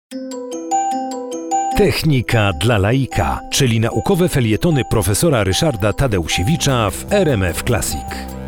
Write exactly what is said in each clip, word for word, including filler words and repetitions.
Technika dla laika, czyli naukowe felietony profesora Ryszarda Tadeusiewicza w R M F Classic.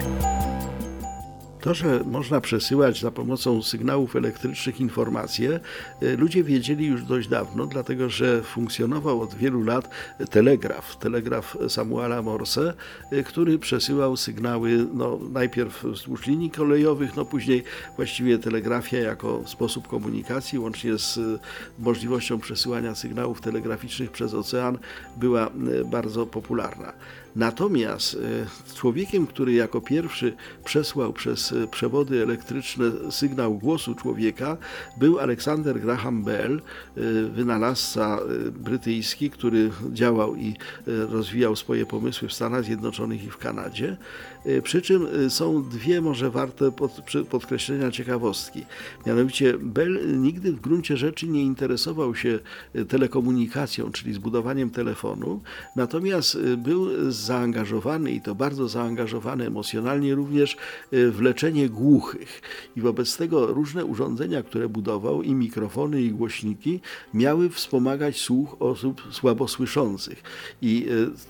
To, że można przesyłać za pomocą sygnałów elektrycznych informacje, ludzie wiedzieli już dość dawno, dlatego że funkcjonował od wielu lat telegraf, telegraf Samuela Morse, który przesyłał sygnały no, najpierw wzdłuż linii kolejowych, no później właściwie telegrafia jako sposób komunikacji, łącznie z możliwością przesyłania sygnałów telegraficznych przez ocean, była bardzo popularna. Natomiast człowiekiem, który jako pierwszy przesłał przez przewody elektryczne sygnał głosu człowieka, był Alexander Graham Bell, wynalazca brytyjski, który działał i rozwijał swoje pomysły w Stanach Zjednoczonych i w Kanadzie. Przy czym są dwie może warte pod, podkreślenia ciekawostki. Mianowicie Bell nigdy w gruncie rzeczy nie interesował się telekomunikacją, czyli zbudowaniem telefonu, natomiast był zaangażowany, i to bardzo zaangażowany emocjonalnie również, w leczenie głuchych. I wobec tego różne urządzenia, które budował, i mikrofony, i głośniki, miały wspomagać słuch osób słabosłyszących. I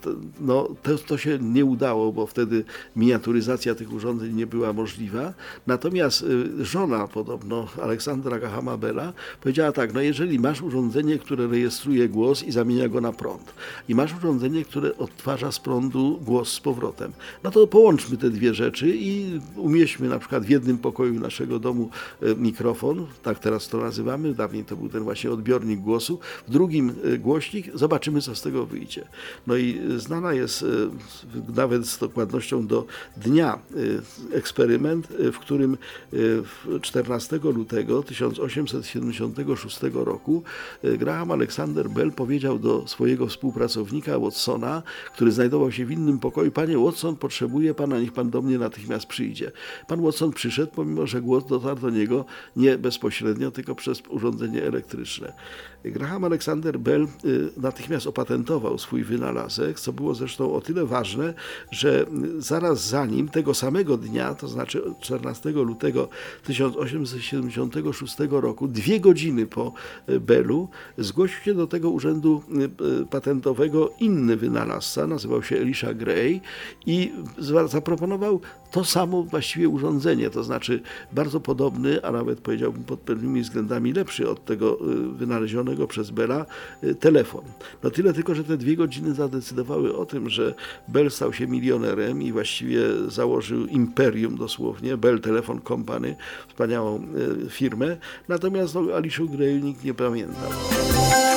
no, to, to się nie udało, bo wtedy miniaturyzacja tych urządzeń nie była możliwa. Natomiast żona podobno Aleksandra Grahama Bella powiedziała tak: no jeżeli masz urządzenie, które rejestruje głos i zamienia go na prąd, i masz urządzenie, które odtwarza z prądu głos z powrotem, no to połączmy te dwie rzeczy i umieśćmy na przykład w jednym pokoju naszego domu mikrofon, tak teraz to nazywamy, dawniej to był ten właśnie odbiornik głosu, w drugim głośnik, zobaczymy, co z tego wyjdzie. No i znana jest nawet z dokładnością do dnia eksperyment, w którym czternastego lutego tysiąc osiemset siedemdziesiątego szóstego roku Graham Alexander Bell powiedział do swojego współpracownika Watsona, który znajdował się w innym pokoju: panie Watson, potrzebuję pana, niech pan do mnie natychmiast przyjdzie. Pan Watson przyszedł, pomimo że głos dotarł do niego nie bezpośrednio, tylko przez urządzenie elektryczne. Graham Alexander Bell natychmiast opatentował swój wynalazek, co było zresztą o tyle ważne, że zaraz za nim, tego samego dnia, to znaczy czternastego lutego tysiąc osiemset siedemdziesiątego szóstego roku, dwie godziny po Bellu, zgłosił się do tego urzędu patentowego inny wynalazca, nazywał się Elisha Gray, i zaproponował to samo właściwie urządzenie, to znaczy bardzo podobny, a nawet powiedziałbym pod pewnymi względami lepszy od tego wynalezionego przez Bella telefon. No tyle tylko, że te dwie godziny zadecydowały o tym, że Bell stał się milionerem i właściwie założył imperium dosłownie, Bell Telephone Company, wspaniałą firmę, natomiast no, Elisha Gray nikt nie pamiętał.